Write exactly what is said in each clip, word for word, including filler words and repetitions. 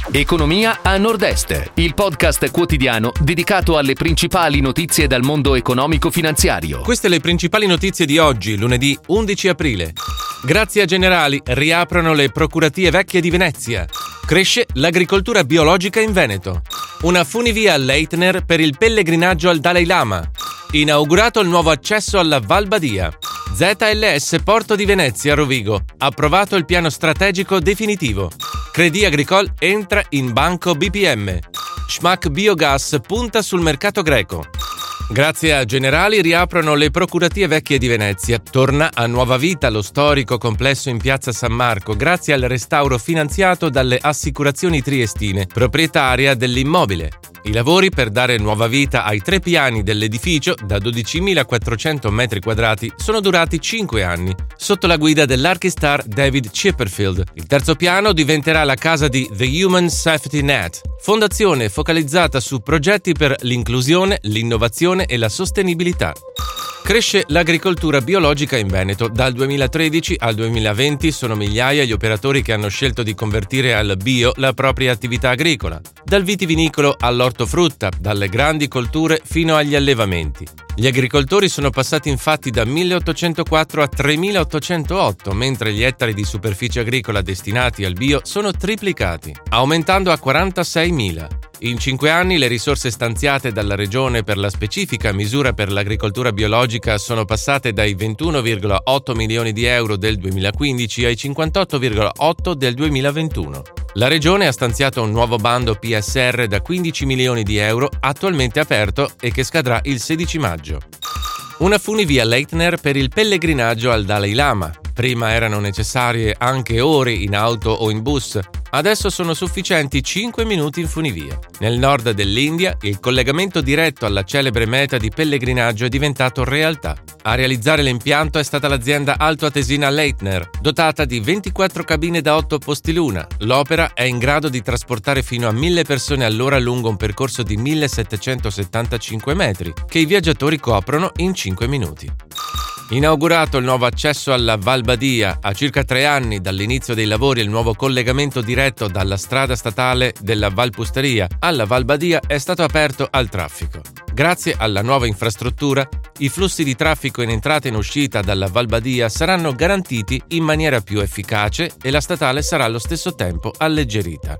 Economia a Nord-Est, il podcast quotidiano dedicato alle principali notizie dal mondo economico-finanziario. Queste le principali notizie di oggi, lunedì undici aprile. Grazie a Generali, riaprono le procuratie vecchie di Venezia. Cresce l'agricoltura biologica in Veneto. Una funivia a Leitner per il pellegrinaggio al Dalai Lama. Inaugurato il nuovo accesso alla Val Badia. Z L S Porto di Venezia Rovigo. Approvato il piano strategico definitivo. Crédit Agricole entra in banco B P M. Schmack Biogas punta sul mercato greco. Grazie a Generali riaprono le procuratie vecchie di Venezia. Torna a nuova vita lo storico complesso in piazza San Marco grazie al restauro finanziato dalle assicurazioni triestine, proprietaria dell'immobile. I lavori per dare nuova vita ai tre piani dell'edificio, da dodicimilaquattrocento metri quadrati, sono durati cinque anni, sotto la guida dell'archistar David Chipperfield. Il terzo piano diventerà la casa di The Human Safety Net, fondazione focalizzata su progetti per l'inclusione, l'innovazione e la sostenibilità. Cresce l'agricoltura biologica in Veneto. Dal duemilatredici al duemilaventi sono migliaia gli operatori che hanno scelto di convertire al bio la propria attività agricola, dal vitivinicolo all'ortofrutta, dalle grandi colture fino agli allevamenti. Gli agricoltori sono passati infatti da milleottocentoquattro a tremilaottocentootto, mentre gli ettari di superficie agricola destinati al bio sono triplicati, aumentando a quarantaseimila. In cinque anni le risorse stanziate dalla Regione per la specifica misura per l'agricoltura biologica sono passate dai ventuno virgola otto milioni di euro del duemilaquindici ai cinquantotto virgola otto del duemilaventuno. La Regione ha stanziato un nuovo bando P S R da quindici milioni di euro, attualmente aperto e che scadrà il sedici maggio. Una funivia Leitner per il pellegrinaggio al Dalai Lama. Prima erano necessarie anche ore in auto o in bus, adesso sono sufficienti cinque minuti in funivia. Nel nord dell'India, il collegamento diretto alla celebre meta di pellegrinaggio è diventato realtà. A realizzare l'impianto è stata l'azienda altoatesina Leitner, dotata di ventiquattro cabine da otto posti luna. L'opera è in grado di trasportare fino a mille persone all'ora lungo un percorso di millesettecentosettantacinque metri, che i viaggiatori coprono in cinque minuti. Inaugurato il nuovo accesso alla Val Badia. A circa tre anni dall'inizio dei lavori, il nuovo collegamento diretto dalla strada statale della Valpusteria alla Val Badia è stato aperto al traffico. Grazie alla nuova infrastruttura, i flussi di traffico in entrata e in uscita dalla Val Badia saranno garantiti in maniera più efficace e la statale sarà allo stesso tempo alleggerita.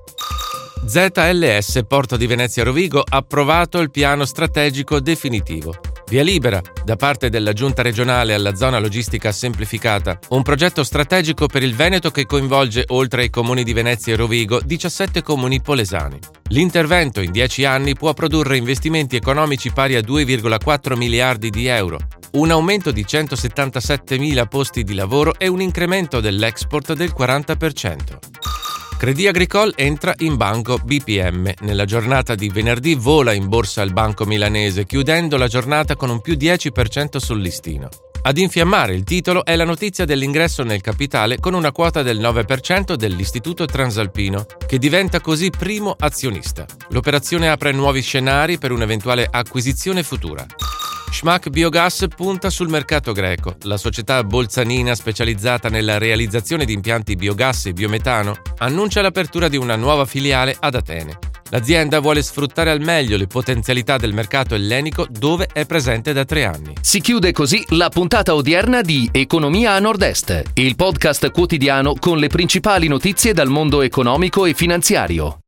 Z L S Porto di Venezia Rovigo ha approvato il piano strategico definitivo. Via libera, da parte della Giunta regionale alla zona logistica semplificata, un progetto strategico per il Veneto che coinvolge, oltre ai comuni di Venezia e Rovigo, diciassette comuni polesani. L'intervento in dieci anni può produrre investimenti economici pari a due virgola quattro miliardi di euro, un aumento di centosettantasettemila posti di lavoro e un incremento dell'export del quaranta per cento. Crédit Agricole entra in banco B P M. Nella giornata di venerdì vola in borsa il banco milanese, chiudendo la giornata con un più dieci per cento sul listino. Ad infiammare il titolo è la notizia dell'ingresso nel capitale con una quota del nove per cento dell'Istituto Transalpino, che diventa così primo azionista. L'operazione apre nuovi scenari per un'eventuale acquisizione futura. Schmack Biogas punta sul mercato greco. La società bolzanina specializzata nella realizzazione di impianti biogas e biometano annuncia l'apertura di una nuova filiale ad Atene. L'azienda vuole sfruttare al meglio le potenzialità del mercato ellenico dove è presente da tre anni. Si chiude così la puntata odierna di Economia a Nord-Est, il podcast quotidiano con le principali notizie dal mondo economico e finanziario.